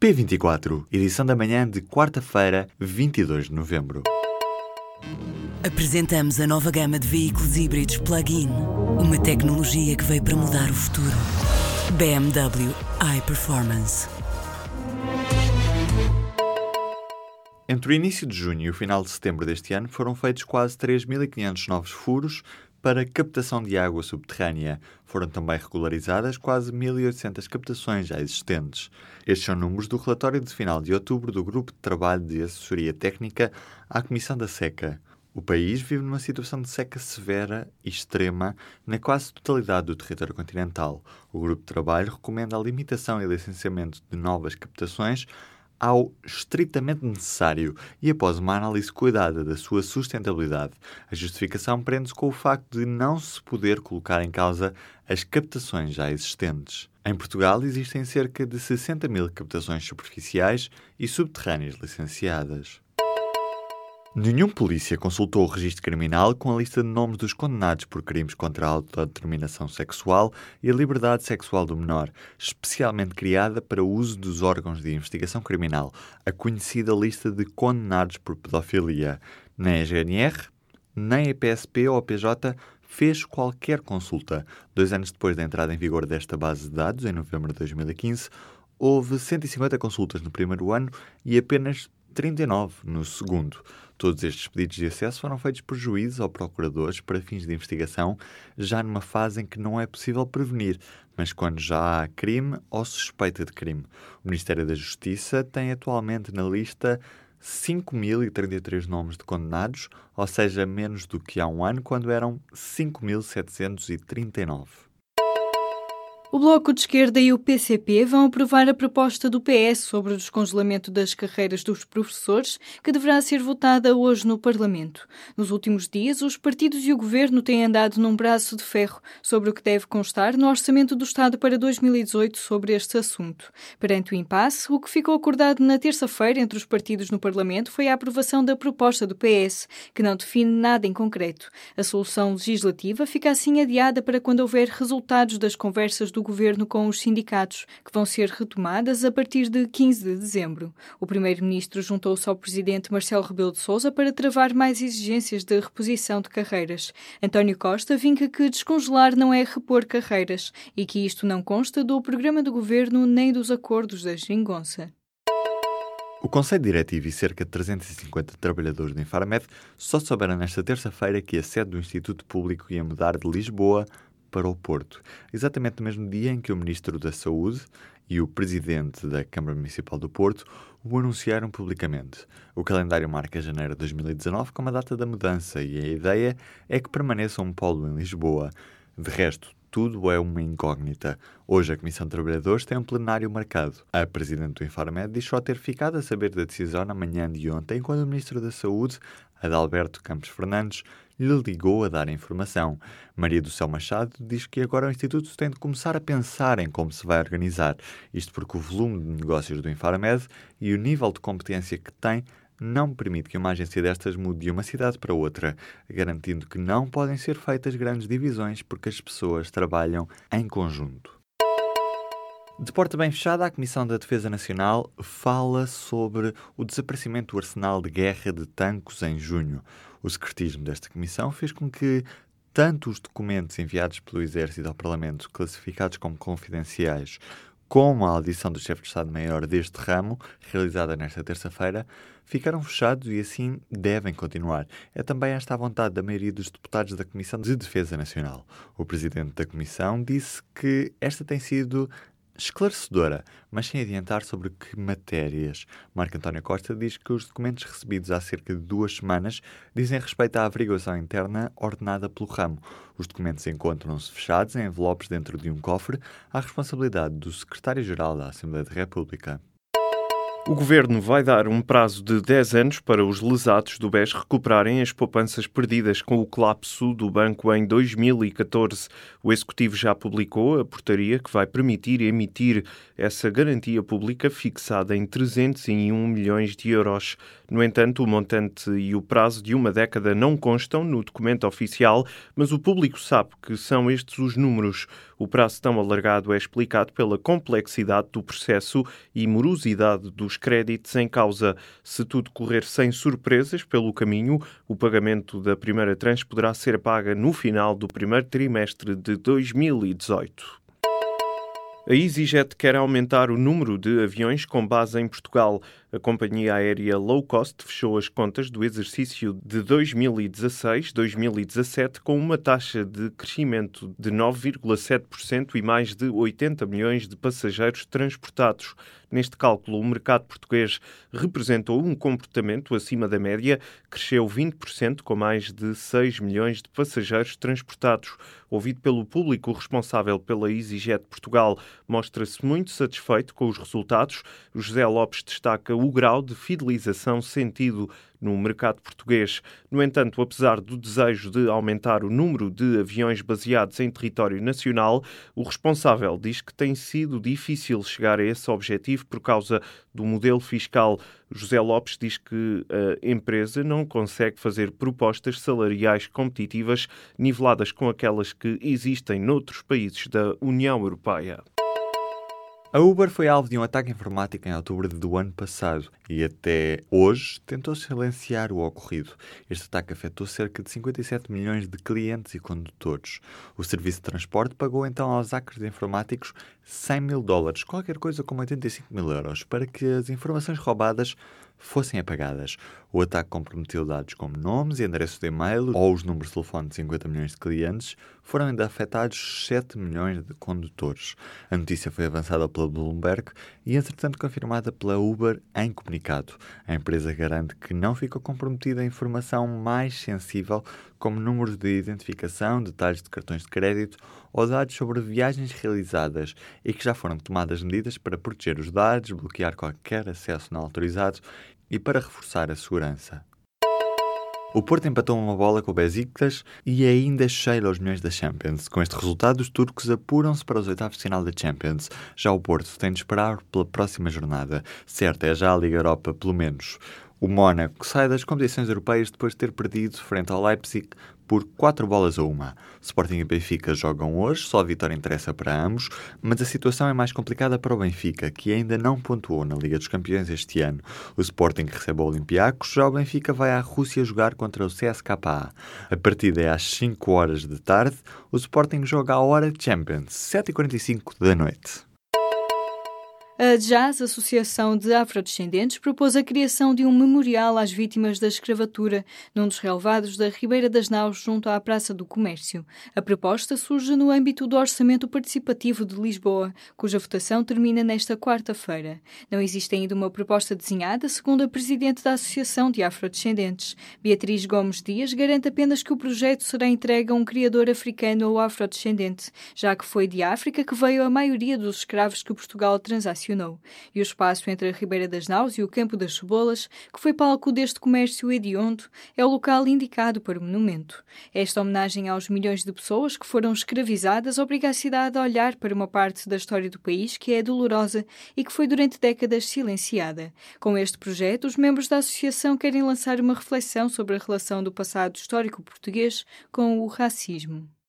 P24, edição da manhã de quarta-feira, 22 de novembro. Apresentamos a nova gama de veículos híbridos plug-in. Uma tecnologia que veio para mudar o futuro. BMW iPerformance. Entre o início de junho e o final de setembro deste ano foram feitos quase 3.500 novos furos para captação de água subterrânea. Foram também regularizadas quase 1.800 captações já existentes. Estes são números do relatório de final de outubro do Grupo de Trabalho de Assessoria Técnica à Comissão da Seca. O país vive numa situação de seca severa e extrema na quase totalidade do território continental. O Grupo de Trabalho recomenda a limitação e licenciamento de novas captações ao estritamente necessário e após uma análise cuidada da sua sustentabilidade. A justificação prende-se com o facto de não se poder colocar em causa as captações já existentes. Em Portugal existem cerca de 60.000 captações superficiais e subterrâneas licenciadas. Nenhum polícia consultou o registro criminal com a lista de nomes dos condenados por crimes contra a autodeterminação sexual e a liberdade sexual do menor, especialmente criada para o uso dos órgãos de investigação criminal, a conhecida lista de condenados por pedofilia. Nem a GNR, nem a PSP ou a PJ fez qualquer consulta. 2 anos depois da entrada em vigor desta base de dados, em novembro de 2015, houve 150 consultas no primeiro ano e apenas 39 no segundo. Todos estes pedidos de acesso foram feitos por juízes ou procuradores para fins de investigação, já numa fase em que não é possível prevenir, mas quando já há crime ou suspeita de crime. O Ministério da Justiça tem atualmente na lista 5.033 nomes de condenados, ou seja, menos do que há um ano, quando eram 5.739. O Bloco de Esquerda e o PCP vão aprovar a proposta do PS sobre o descongelamento das carreiras dos professores, que deverá ser votada hoje no Parlamento. Nos últimos dias, os partidos e o Governo têm andado num braço de ferro sobre o que deve constar no Orçamento do Estado para 2018 sobre este assunto. Perante o impasse, o que ficou acordado na terça-feira entre os partidos no Parlamento foi a aprovação da proposta do PS, que não define nada em concreto. A solução legislativa fica assim adiada para quando houver resultados das conversas do Governo com os sindicatos, que vão ser retomadas a partir de 15 de dezembro. O Primeiro-Ministro juntou-se ao Presidente Marcelo Rebelo de Sousa para travar mais exigências de reposição de carreiras. António Costa vinca que descongelar não é repor carreiras e que isto não consta do programa do Governo nem dos acordos da Geringonça. O Conselho Diretivo e cerca de 350 trabalhadores do Infarmed só souberam nesta terça-feira que a sede do Instituto Público ia mudar de Lisboa para o Porto, exatamente no mesmo dia em que o Ministro da Saúde e o Presidente da Câmara Municipal do Porto o anunciaram publicamente. O calendário marca janeiro de 2019 como a data da mudança e a ideia é que permaneça um polo em Lisboa. De resto, tudo é uma incógnita. Hoje a Comissão de Trabalhadores tem um plenário marcado. A Presidente do Infarmed diz só ter ficado a saber da decisão na manhã de ontem, quando o Ministro da Saúde, Adalberto Campos Fernandes, lhe ligou a dar informação. Maria do Céu Machado diz que agora o Instituto tem de começar a pensar em como se vai organizar. Isto porque o volume de negócios do Infarmed e o nível de competência que tem não permite que uma agência destas mude de uma cidade para outra, garantindo que não podem ser feitas grandes divisões porque as pessoas trabalham em conjunto. De porta bem fechada, a Comissão da Defesa Nacional fala sobre o desaparecimento do arsenal de guerra de Tancos em junho. O secretismo desta comissão fez com que tanto os documentos enviados pelo Exército ao Parlamento, classificados como confidenciais, como a audição do chefe de Estado-Maior deste ramo, realizada nesta terça-feira, ficaram fechados e assim devem continuar. É também esta a vontade da maioria dos deputados da Comissão de Defesa Nacional. O presidente da Comissão disse que esta tem sido esclarecedora, mas sem adiantar sobre que matérias. Marco António Costa diz que os documentos recebidos há cerca de 2 semanas dizem respeito à averiguação interna ordenada pelo ramo. Os documentos encontram-se fechados em envelopes dentro de um cofre à responsabilidade do Secretário-Geral da Assembleia da República. O Governo vai dar um prazo de 10 anos para os lesados do BES recuperarem as poupanças perdidas com o colapso do banco em 2014. O Executivo já publicou a portaria que vai permitir emitir essa garantia pública fixada em 301 milhões de euros. No entanto, o montante e o prazo de uma década não constam no documento oficial, mas o público sabe que são estes os números. O prazo tão alargado é explicado pela complexidade do processo e morosidade dos créditos em causa. Se tudo correr sem surpresas pelo caminho, o pagamento da primeira tranche poderá ser paga no final do primeiro trimestre de 2018. A EasyJet quer aumentar o número de aviões com base em Portugal. A companhia aérea low cost fechou as contas do exercício de 2016-2017 com uma taxa de crescimento de 9,7% e mais de 80 milhões de passageiros transportados. Neste cálculo, o mercado português representou um comportamento acima da média, cresceu 20% com mais de 6 milhões de passageiros transportados. Ouvido pelo público responsável pela EasyJet Portugal, mostra-se muito satisfeito com os resultados. O José Lopes destaca o grau de fidelização sentido no mercado português. No entanto, apesar do desejo de aumentar o número de aviões baseados em território nacional, o responsável diz que tem sido difícil chegar a esse objetivo por causa do modelo fiscal. José Lopes diz que a empresa não consegue fazer propostas salariais competitivas niveladas com aquelas que existem noutros países da União Europeia. A Uber foi alvo de um ataque informático em outubro do ano passado e até hoje tentou silenciar o ocorrido. Este ataque afetou cerca de 57 milhões de clientes e condutores. O serviço de transporte pagou então aos hackers informáticos $100.000, qualquer coisa como 85 mil euros, para que as informações roubadas fossem apagadas. O ataque comprometeu dados como nomes e endereços de e-mail ou os números de telefone de 50 milhões de clientes. Foram ainda afetados 7 milhões de condutores. A notícia foi avançada pela Bloomberg e, entretanto, confirmada pela Uber em comunicado. A empresa garante que não ficou comprometida a informação mais sensível, como números de identificação, detalhes de cartões de crédito ou dados sobre viagens realizadas, e que já foram tomadas medidas para proteger os dados, bloquear qualquer acesso não autorizado e para reforçar a segurança. O Porto empatou uma bola com o Beşiktaş e ainda cheira aos milhões da Champions. Com este resultado, os turcos apuram-se para os oitavos de final da Champions. Já o Porto tem de esperar pela próxima jornada. Certo, é já a Liga Europa, pelo menos. O Mónaco sai das competições europeias depois de ter perdido frente ao Leipzig por 4-1. Sporting e Benfica jogam hoje, só a vitória interessa para ambos, mas a situação é mais complicada para o Benfica, que ainda não pontuou na Liga dos Campeões este ano. O Sporting recebe o Olympiacos, já o Benfica vai à Rússia jogar contra o CSKA. A partida é às 5 horas da tarde, o Sporting joga à hora de Champions, 7h45 da noite. A JAS, Associação de Afrodescendentes, propôs a criação de um memorial às vítimas da escravatura num dos relevados da Ribeira das Naus, junto à Praça do Comércio. A proposta surge no âmbito do Orçamento Participativo de Lisboa, cuja votação termina nesta quarta-feira. Não existe ainda uma proposta desenhada, segundo a presidente da Associação de Afrodescendentes. Beatriz Gomes Dias garante apenas que o projeto será entregue a um criador africano ou afrodescendente, já que foi de África que veio a maioria dos escravos que Portugal transacionou. E o espaço entre a Ribeira das Naus e o Campo das Cebolas, que foi palco deste comércio hediondo, é o local indicado para o monumento. Esta homenagem aos milhões de pessoas que foram escravizadas obriga a cidade a olhar para uma parte da história do país que é dolorosa e que foi durante décadas silenciada. Com este projeto, os membros da associação querem lançar uma reflexão sobre a relação do passado histórico português com o racismo.